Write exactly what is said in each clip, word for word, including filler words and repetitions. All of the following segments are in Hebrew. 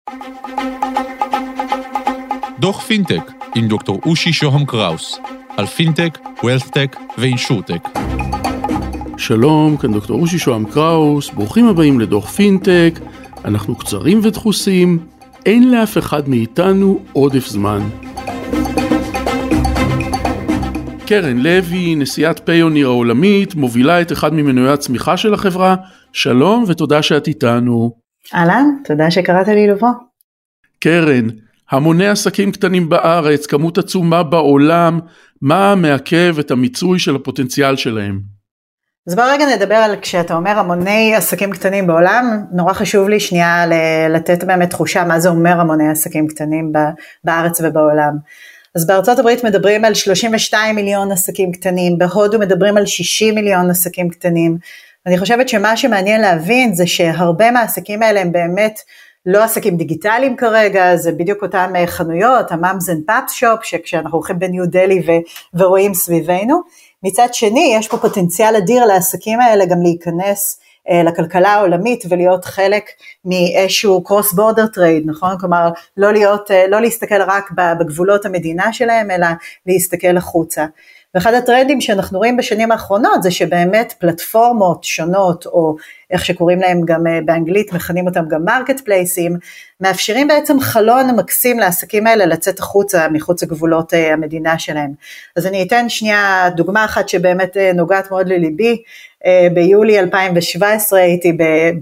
דוח פינטק עם דוקטור אושי שוהם קראוס, על פינטק, ווילת'טק ואינשורטק. שלום, כאן דוקטור אושי שוהם קראוס, ברוכים הבאים לדוח פינטק. אנחנו קצרים ודחוסים, אין לאף אחד מאיתנו עודף זמן. קרן לוי, נשיאת פיוניר העולמית, מובילה את אחד ממנועי הצמיחה של החברה. שלום ותודה שאת איתנו. אהלן, תודה שקראת לי לבוא. קרן, המוני עסקים קטנים בארץ, כמות עצומה בעולם, מה מעכב את המיצוי של הפוטנציאל שלהם? אז בוא רגע נדבר על, כשאתה אומר המוני עסקים קטנים בעולם, נורא חשוב לי שנייה לתת באמת תחושה מה זה אומר המוני עסקים קטנים בארץ ובעולם. אז בארצות הברית מדברים על שלושים ושניים מיליון עסקים קטנים, בהודו מדברים על שישים מיליון עסקים קטנים. אני חושבת שמה שמעניין להבין זה שהרבה מהעסקים האלה הם באמת לא עסקים דיגיטליים כרגע, זה בדיוק אותם חנויות, המאמס אנד פאפס שופ, שכשאנחנו הולכים בניו דלי ו- ורואים סביבנו. מצד שני, יש פה פוטנציאל אדיר לעסקים האלה גם להיכנס אה, לכלכלה העולמית ולהיות חלק מאיזשהו cross border trade, נכון? כלומר, לא להיות, אה, לא להסתכל רק בגבולות המדינה שלהם, אלא להסתכל החוצה. ואחד הטרנדים שאנחנו רואים בשנים האחרונות, זה שבאמת פלטפורמות שונות, או איך שקוראים להם גם באנגלית, מכנים אותם גם מרקט פלייסים, מאפשרים בעצם חלון מקסים לעסקים האלה לצאת החוצה, מחוץ לגבולות המדינה שלהם. אז אני אתן שנייה דוגמה אחת שבאמת נוגעת מאוד לליבי. ביולי אלפיים שבע עשרה הייתי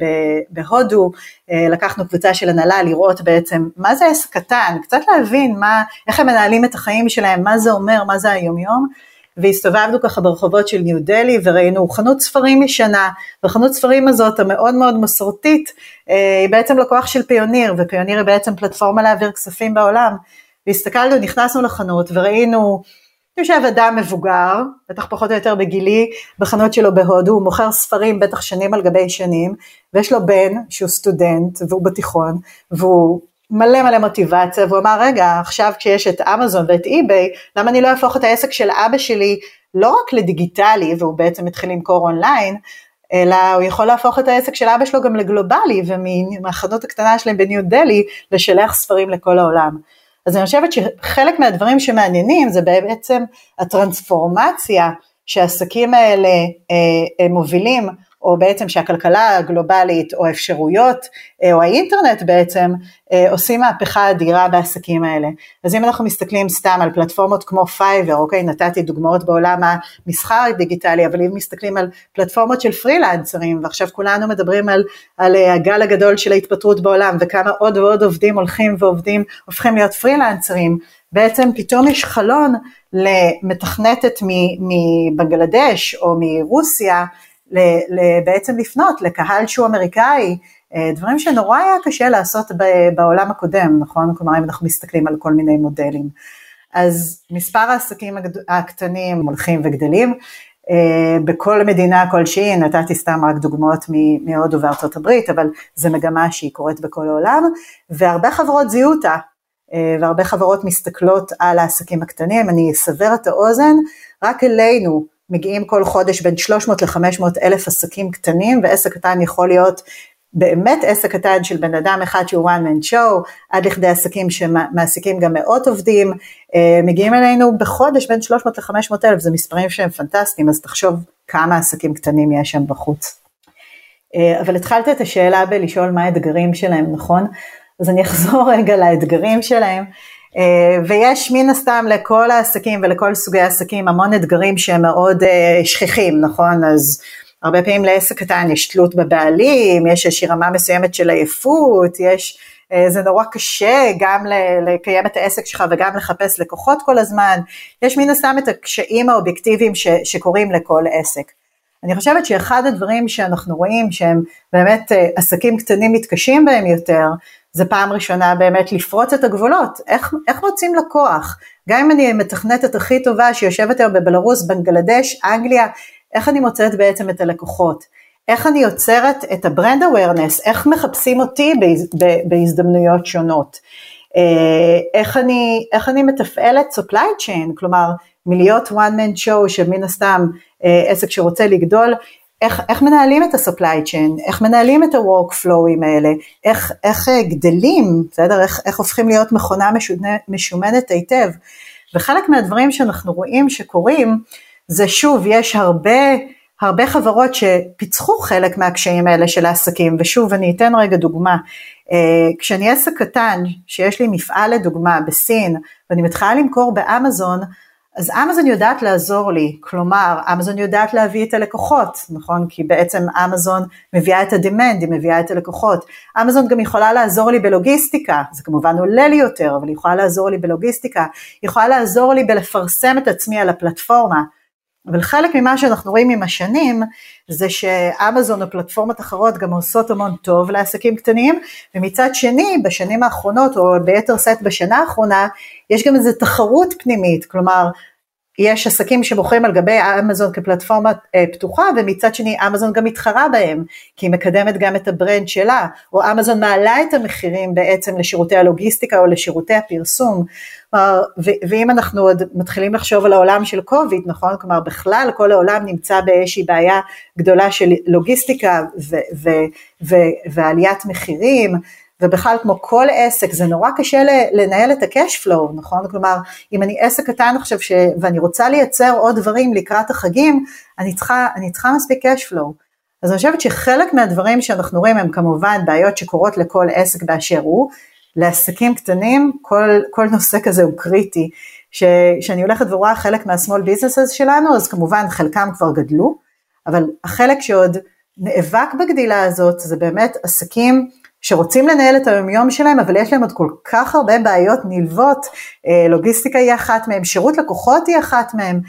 בהודו, לקחנו קבוצה של הנהלה לראות בעצם מה זה עסק קטן, קצת להבין מה, איך הם מנהלים את החיים שלהם, מה זה אומר, מה זה היום יום, והסתובבנו ככה ברחובות של ניו דלי, וראינו חנות ספרים ישנה, וחנות ספרים הזאת המאוד מאוד מסורתית, היא בעצם לקוח של פיוניר, ופיוניר היא בעצם פלטפורמה להעביר כספים בעולם, והסתכלנו, נכנסנו לחנות, וראינו, יושב אדם מבוגר, בטח פחות או יותר בגילי, בחנות שלו בהודו, הוא מוכר ספרים בטח שנים על גבי שנים, ויש לו בן שהוא סטודנט, והוא בתיכון, והוא מלא מלא מוטיבציה, והוא אמר, רגע, עכשיו כשיש את אמזון ואת אי-ביי, למה אני לא אהפוך את העסק של אבא שלי, לא רק לדיגיטלי, והוא בעצם מתחיל למכור אונליין, אלא הוא יכול להפוך את העסק של אבא שלו גם לגלובלי, ומהחנות הקטנה שלהם בניו דלי, לשלח ספרים לכל העולם. אז אני חושבת שחלק מהדברים שמעניינים, זה בעצם הטרנספורמציה, שהעסקים האלה אה, מובילים, או בעצם שהכלכלה הגלובלית, או האפשרויות, או האינטרנט בעצם, עושים מהפכה אדירה בעסקים האלה. אז אם אנחנו מסתכלים סתם על פלטפורמות כמו פייבר, אוקיי, נתתי דוגמאות בעולם המסחר הדיגיטלי, אבל אם מסתכלים על פלטפורמות של פרילנסרים, ועכשיו כולנו מדברים על, על הגל הגדול של ההתפטרות בעולם, וכמה עוד ועוד עובדים הולכים ועובדים, הופכים להיות פרילנסרים, בעצם פתאום יש חלון למתכנתת מבנגלדש, או מרוסיה, בעצם לפנות לקהל שהוא אמריקאי, דברים שנורא היה קשה לעשות בעולם הקודם, נכון? כלומר, אם אנחנו מסתכלים על כל מיני מודלים. אז מספר העסקים הקטנים הולכים וגדלים, בכל מדינה כלשהי, נתתי סתם רק דוגמאות מהודו וארצות הברית, אבל זה מגמה שהיא קורית בכל העולם, והרבה חברות זיהו אותה, והרבה חברות מסתכלות על העסקים הקטנים. אני אסבר את האוזן, רק אלינו, מגיעים כל חודש בין שלוש מאות ל-חמש מאות אלף עסקים קטנים, ועסק קטן יכול להיות באמת עסק קטן של בן אדם אחד שהוא one man show, עד לכדי עסקים שמעסיקים גם מאות עובדים, מגיעים אלינו בחודש בין שלוש מאות ל-חמש מאות אלף, זה מספרים שהם פנטסטיים, אז תחשוב כמה עסקים קטנים יש שם בחוץ. אבל התחלת את השאלה בלשאול מה האתגרים שלהם, נכון? אז אני אחזור רגע לאתגרים שלהם, ויש מן הסתם לכל העסקים ולכל סוגי העסקים המון אתגרים שהם מאוד שכיחים, נכון? אז הרבה פעמים לעסק קטן יש תלות בבעלים, יש איזושהי רמה מסוימת של עייפות, יש, זה נורא קשה גם לקיים את העסק שלך וגם לחפש לקוחות כל הזמן, יש מן הסתם את הקשיים האובייקטיביים ש, שקורים לכל עסק. אני חושבת שאחד הדברים שאנחנו רואים שהם באמת עסקים קטנים מתקשים בהם יותר, זה פעם ראשונה באמת לפרוץ את הגבולות, איך, איך מוצאים לקוח, גם אם אני מתכנתת הכי טובה שיושבת היום בבלרוס, בנגלדש, אנגליה, איך אני מוצאת בעצם את הלקוחות, איך אני יוצרת את הברנד אווירנס, איך מחפשים אותי בהזדמנויות שונות, איך אני, איך אני מתפעלת supply chain, כלומר מלהיות one man show שמן הסתם עסק שרוצה לגדול, איך, איך מנהלים את ה-supply chain, איך מנהלים את ה-workflowים האלה, איך, איך גדלים, בסדר? איך, איך הופכים להיות מכונה משומנת היטב, וחלק מהדברים שאנחנו רואים שקורים, זה שוב, יש הרבה, הרבה חברות שפיצחו חלק מהקשיים האלה של העסקים, ושוב, אני אתן רגע דוגמה, כשאני עסק קטן, שיש לי מפעל לדוגמה בסין, ואני מתחילה למכור באמזון, אז אמזון יודעת לעזור לי, כלומר, אמזון יודעת להביא את הלקוחות, נכון? כי בעצם אמזון מביאה את הדמנד, היא מביאה את הלקוחות. אמזון גם יכולה לעזור לי בלוגיסטיקה, זה כמובן עולה לי יותר, אבל היא יכולה לעזור לי בלוגיסטיקה, היא יכולה לעזור לי בלפרסם את עצמי על הפלטפורמה. אבל חלק ממה שאנחנו רואים עם השנים, זה שאמזון או פלטפורמות אחרות גם עושות המון טוב לעסקים קטנים, ומצד שני, בשנים האחרונות, או ביתר סט בשנה האחרונה, יש גם איזו תחרות פנימית, כלומר, יש עסקים שמוכרים על גבי אמזון כפלטפורמה פתוחה, ומצד שני אמזון גם מתחרה בהם, כי היא מקדמת גם את הברנד שלה, או אמזון מעלה את המחירים בעצם לשירותי הלוגיסטיקה, או לשירותי הפרסום, ואם אנחנו עוד מתחילים לחשוב על העולם של קוביד, נכון? כלומר, בכלל כל העולם נמצא באיזושהי בעיה גדולה של לוגיסטיקה, ו- ו- ו- ועליית מחירים, ובכלל כמו כל עסק, זה נורא קשה לנהל את ה-cash flow, נכון? כלומר, אם אני עסק קטן עכשיו, ש... ואני רוצה לייצר עוד דברים לקראת החגים, אני צריכה, אני צריכה מספיק cash flow. אז אני חושבת שחלק מהדברים שאנחנו רואים, הם כמובן בעיות שקורות לכל עסק באשר הוא, לעסקים קטנים, כל, כל נושא כזה הוא קריטי, ש... שאני הולכת ורואה חלק מה-small businesses שלנו, אז כמובן חלקם כבר גדלו, אבל החלק שעוד נאבק בגדילה הזאת, זה באמת עסקים, שרוצים לנהל את היומיום שלהם, אבל יש להם עוד כל כך הרבה בעיות נלוות, לוגיסטיקה היא אחת מהם, שירות לקוחות היא אחת מהם,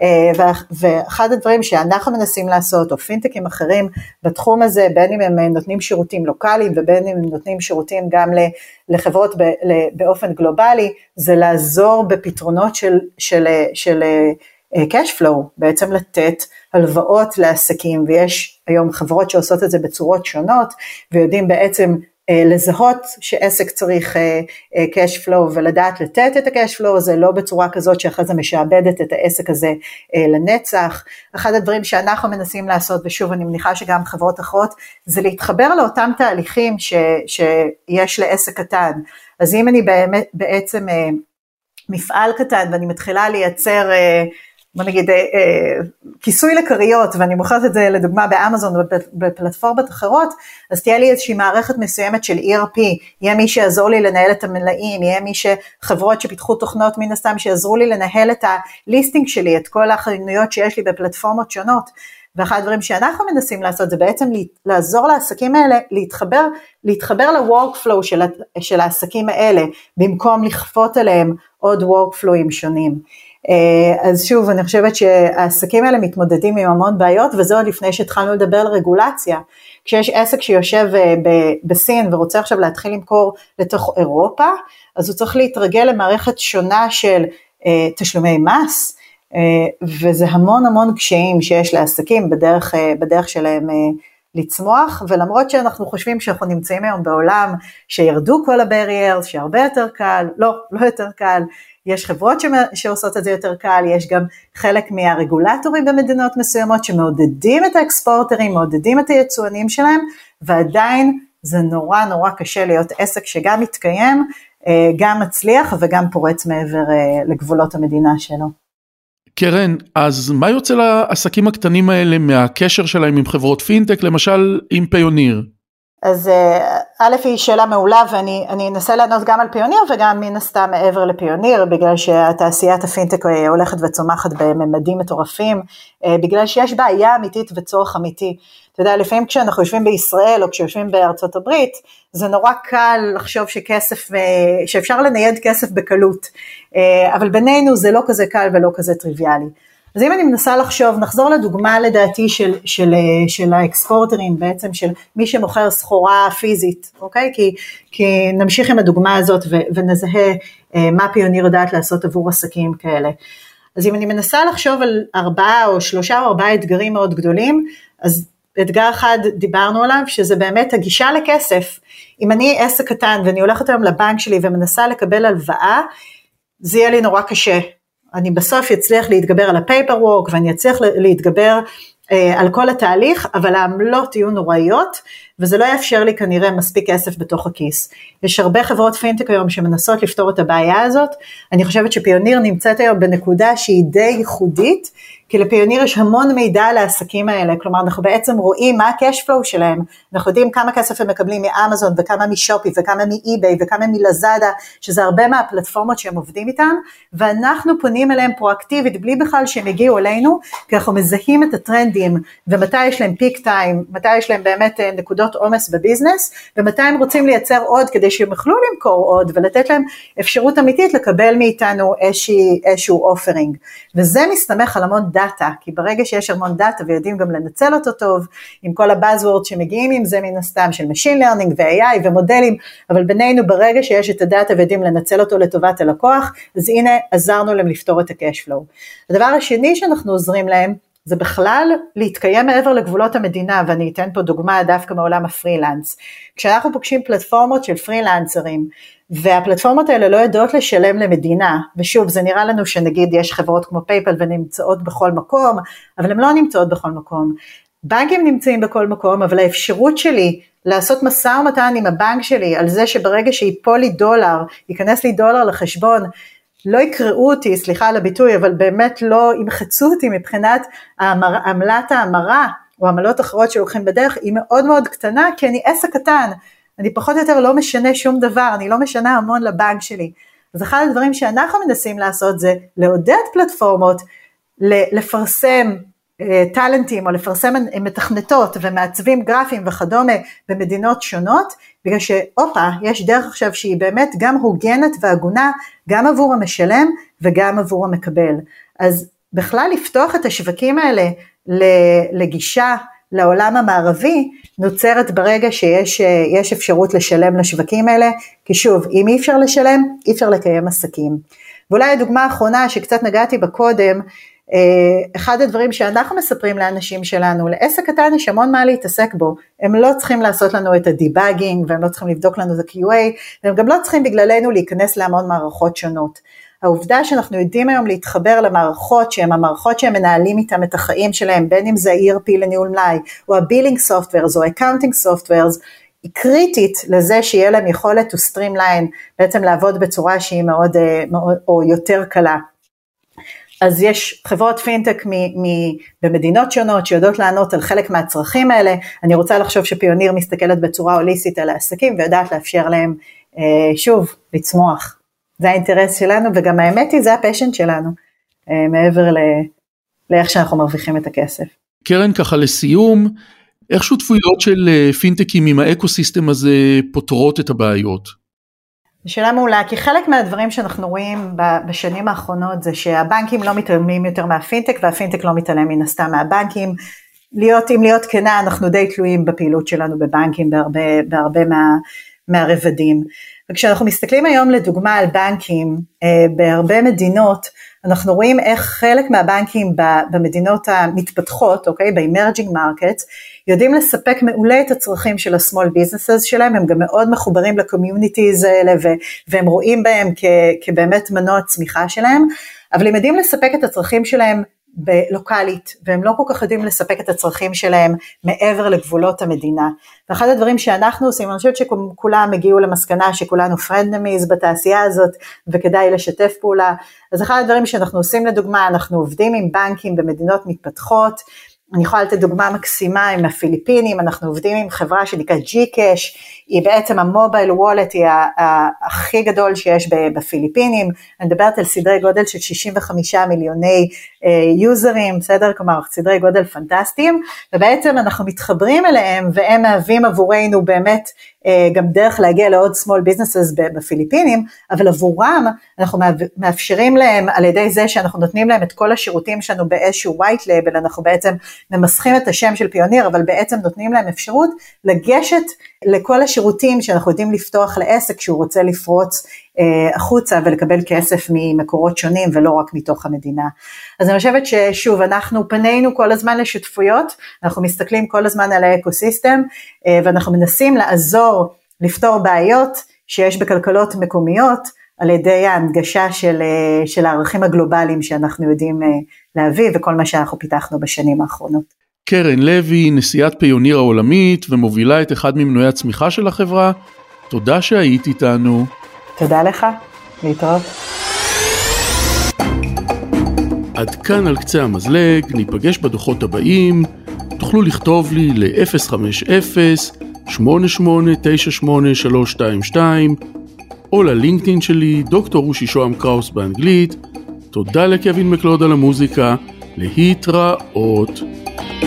ואחד הדברים שאנחנו מנסים לעשות, או פינטקים אחרים בתחום הזה, בין אם הם נותנים שירותים לוקליים, ובין אם הם נותנים שירותים גם לחברות באופן גלובלי, זה לעזור בפתרונות של, של, של cash flow, בעצם לתת הלוואות לעסקים, ויש היום חברות שעושות את זה בצורות שונות, ויודעים בעצם לזהות שעסק צריך cash flow, ולדעת לתת את ה-cash flow הזה, לא בצורה כזאת שאחרי זה משעבדת את העסק הזה לנצח. אחד הדברים שאנחנו מנסים לעשות, ושוב אני מניחה שגם חברות אחרות, זה להתחבר לאותם תהליכים ש, שיש לעסק קטן. אז אם אני באמת, בעצם מפעל קטן, ואני מתחילה לייצר, בוא נגיד, כיסוי לקריות, ואני מוכרת את זה לדוגמה באמזון ובפלטפורמות אחרות, אז תהיה לי איזושהי מערכת מסוימת של E R P, יהיה מי שיעזור לי לנהל את המלאים, יהיה מי שחברות שפיתחו תוכנות מן הסתם, שיעזרו לי לנהל את הליסטינג שלי, את כל החנויות שיש לי בפלטפורמות שונות, ואחד הדברים שאנחנו מנסים לעשות, זה בעצם לעזור לעסקים האלה, להתחבר, להתחבר ל-workflow של, של העסקים האלה, במקום לכפות עליהם עוד workflowים שונים. אז שוב, אני חושבת שהעסקים האלה מתמודדים עם המון בעיות, וזה עוד לפני שהתחלנו לדבר על רגולציה. כשיש עסק שיושב בסין ורוצה עכשיו להתחיל למכור לתוך אירופה, אז הוא צריך להתרגל למערכת שונה של תשלומי מס, וזה המון המון קשיים שיש לעסקים בדרך, בדרך שלהם לצמוח, ולמרות שאנחנו חושבים שאנחנו נמצאים היום בעולם שירדו כל הבריירס, שהרבה יותר קל, לא, לא יותר קל, יש חברות שעושות את זה יותר קל, יש גם חלק מהרגולטורים במדינות מסוימות שמעודדים את האקספורטרים, מעודדים את היצואנים שלהם, ועדיין זה נורא נורא קשה להיות עסק שגם מתקיים, גם מצליח וגם פורץ מעבר לגבולות המדינה שלו. קרן, אז מה יוצא לעסקים הקטנים האלה מהקשר שלהם עם חברות פינטק, למשל עם פיוניר? אז א' היא שאלה מעולה, ואני אני אנסה לענות גם על פיוניר, וגם מן הסתם מעבר לפיוניר, בגלל שהתעשיית הפינטק הולכת וצומחת בממדים מטורפים, בגלל שיש בעיה אמיתית וצורך אמיתי. אתה יודע, לפעמים כשאנחנו יושבים בישראל, או כשיושבים בארצות הברית, זה נורא קל לחשוב שכסף, שאפשר לנייד כסף בקלות, אבל בינינו זה לא כזה קל ולא כזה טריוויאלי. אז אם אני מנסה לחשוב, נחזור לדוגמה לדעתי של, של, של האקספורטרים, בעצם של מי שמוכר סחורה פיזית, אוקיי? כי, כי נמשיך עם הדוגמה הזאת ו, ונזהה מה פיוניר יודעת לעשות עבור עסקים כאלה. אז אם אני מנסה לחשוב על ארבעה או שלושה או ארבעה אתגרים מאוד גדולים, אז אתגר אחד דיברנו עליו, שזה באמת הגישה לכסף. אם אני עסק קטן ואני הולכת היום לבנק שלי ומנסה לקבל הלוואה, זה יהיה לי נורא קשה. אני בסוף אצליח להתגבר על הפייפר וורק, ואני אצליח להתגבר על כל התהליך, אבל העמלות יהיו נוראיות, וזה לא יאפשר לי כנראה מספיק כסף בתוך הכיס. יש הרבה חברות פינטק היום שמנסות לפתור את הבעיה הזאת, אני חושבת שפיוניר נמצאת היום בנקודה שהיא די ייחודית, כי לפיוניר יש המון מידע על העסקים האלה, כלומר אנחנו בעצם רואים מה ה-cash flow שלהם, אנחנו יודעים כמה כסף הם מקבלים מאמזון, וכמה משופי, וכמה מאי-ביי, וכמה מלזאדה, שזה הרבה מהפלטפורמות שהם עובדים איתן, ואנחנו פונים אליהם פרואקטיבית, בלי בכלל שהם הגיעו אלינו, כי אנחנו מזהים את הטרנדים, ומתי יש להם פיק טיים, מתי יש להם באמת נקודות עומס בביזנס, ומתי הם רוצים לייצר עוד, כדי שהם יוכלו למכור עוד, ולתת להם אפשרות אמיתית לקבל מאיתנו איזשהו אופרינג, וזה מסתמך על המון דאטה, כי ברגע שיש המון דאטה ויודעים גם לנצל אותו טוב, עם כל הבאזוורד שמגיעים עם זה מן הסתם של Machine Learning ו-איי איי ומודלים, אבל בינינו ברגע שיש את הדאטה ויודעים לנצל אותו לטובת הלקוח, אז הנה עזרנו להם לפתור את ה-cash flow. הדבר השני שאנחנו עוזרים להם, זה בכלל להתקיים מעבר לגבולות המדינה, ואני אתן פה דוגמה דווקא מעולם הפרילנס. כשאנחנו פוגשים פלטפורמות של פרילנסרים, והפלטפורמות האלה לא יודעות לשלם למדינה, ושוב זה נראה לנו שנגיד יש חברות כמו פייפל ונמצאות בכל מקום, אבל הן לא נמצאות בכל מקום. בנקים נמצאים בכל מקום, אבל האפשרות שלי לעשות משא ומתן עם הבנק שלי, על זה שברגע שיפול לי דולר, ייכנס לי דולר לחשבון, לא יקראו אותי, סליחה על הביטוי, אבל באמת לא ימחצו אותי מבחינת עמלת ההמרה, או עמלות אחרות שלוקחים בדרך, היא מאוד מאוד קטנה, כי אני עסק קטן, אני פחות או יותר לא משנה שום דבר, אני לא משנה המון לבנק שלי. אז אחד הדברים שאנחנו מנסים לעשות, זה לעודד פלטפורמות, לפרסם טלנטים, או לפרסם מתכנתות, ומעצבים גרפיים וכדומה, במדינות שונות, בגלל שאופה, יש דרך עכשיו שהיא באמת גם הוגנת והגונה, גם עבור המשלם וגם עבור המקבל. אז בכלל לפתוח את השווקים האלה לגישה לעולם המערבי, נוצרת ברגע שיש יש אפשרות לשלם לשווקים האלה, כי שוב, אם אי אפשר לשלם, אי אפשר לקיים עסקים. ואולי הדוגמה האחרונה שקצת נגעתי בקודם, אחד הדברים שאנחנו מספרים לאנשים שלנו, לעסק קטן יש המון מה להתעסק בו, הם לא צריכים לעשות לנו את הדיבאגינג, והם לא צריכים לבדוק לנו את ה-קיו איי, והם גם לא צריכים בגללנו להיכנס להמון מערכות שונות. העובדה שאנחנו יודעים היום להתחבר למערכות, שהן המערכות שהם מנהלים איתם את החיים שלהם, בין אם זה ה-אי אר פי לניהול מלאי, או ה-Billing Softwares, או ה-Accounting Softwares, היא קריטית לזה שיהיה להם יכולת to streamline, בעצם לעבוד בצורה שהיא מאוד, מאוד או יותר קלה. אז יש חברות פינטק מ- מ- במדינות שונות שיודעות לענות על חלק מהצרכים האלה, אני רוצה לחשוב שפיוניר מסתכלת בצורה הוליסטית על העסקים, ויודעת לאפשר להם אה, שוב לצמוח, זה האינטרס שלנו, וגם האמת היא זה הפשן שלנו, אה, מעבר ל- לאיך שאנחנו מרוויחים את הכסף. קרן, ככה לסיום, איך שותפויות של פינטקים עם האקוסיסטם הזה פותרות את הבעיות? שאלה מעולה, כי חלק מהדברים שאנחנו רואים בשנים האחרונות זה שהבנקים לא מתעלמים יותר מהפינטק, והפינטק לא מתעלם מן הסתם מהבנקים. להיות, אם להיות כנה, אנחנו די תלויים בפעילות שלנו בבנקים בהרבה, בהרבה מה, מהרבדים. וכשאנחנו מסתכלים היום לדוגמה על בנקים, בהרבה מדינות, אנחנו רואים איך חלק מהבנקים במדינות המתפתחות, אוקיי, ב-emerging markets, יודעים לספק מעולה את הצרכים של ה-small businesses שלהם, הם גם מאוד מחוברים ל-communities האלה, והם רואים בהם כבאמת מנוע צמיחה שלהם, אבל הם יודעים לספק את הצרכים שלהם בלוקלית, והם לא כל כך יודעים לספק את הצרכים שלהם מעבר לגבולות המדינה. ואחד הדברים שאנחנו עושים, אני חושבת שכולם הגיעו למסקנה שכולנו פרנדמיז בתעשייה הזאת, וכדאי לשתף פעולה. אז אחד הדברים שאנחנו עושים לדוגמה, אנחנו עובדים עם בנקים במדינות מתפתחות, אני יכולה לתת דוגמה מקסימה עם הפיליפינים, אנחנו עובדים עם חברה שנקראת ג'י-קאש, היא בעצם המובייל וולט, היא הכי גדול שיש בפיליפינים, אני מדברת על סדרי גודל של שישים וחמישה מיליוני יוזרים, בסדר? כלומר, סדרי גודל פנטסטיים, ובעצם אנחנו מתחברים אליהם, והם מהווים עבורנו באמת, גם דרך להגיע לעוד small businesses בפיליפינים, אבל עבורם אנחנו מאפשרים להם על ידי זה שאנחנו נותנים להם את כל השירותים שלנו באיזשהו white label, אנחנו בעצם ממסכים את השם של פיוניר, אבל בעצם נותנים להם אפשרות לגשת לכל השירותים שאנחנו יודעים לפתוח לעסק שהוא רוצה לפרוץ אה, החוצה ולקבל כסף ממקורות שונים ולא רק מתוך המדינה. אז אני חושבת ששוב אנחנו פנינו כל הזמן לשותפויות, אנחנו מסתכלים כל הזמן על האקוסיסטם אה, ואנחנו מנסים לעזור לפתור בעיות שיש בכלכלות מקומיות על ידי ההנגשה של, אה, של הערכים הגלובליים שאנחנו יודעים אה, להביא וכל מה שאנחנו פיתחנו בשנים האחרונות. קרן לוי, נשיאת פיוניר העולמית ומובילה את אחד ממנועי הצמיחה של החברה, תודה שהיית איתנו. תודה לך, להתראות. עד כאן על קצה המזלג, ניפגש בדוחות הבאים, תוכלו לכתוב לי ל-אפס חמש אפס שמונה שמונה תשע שמונה שלוש שתיים שתיים או ללינקדאין שלי דוקטור אושי שוהם קראוס באנגלית. תודה לקווין מקלוד על המוזיקה, להתראות.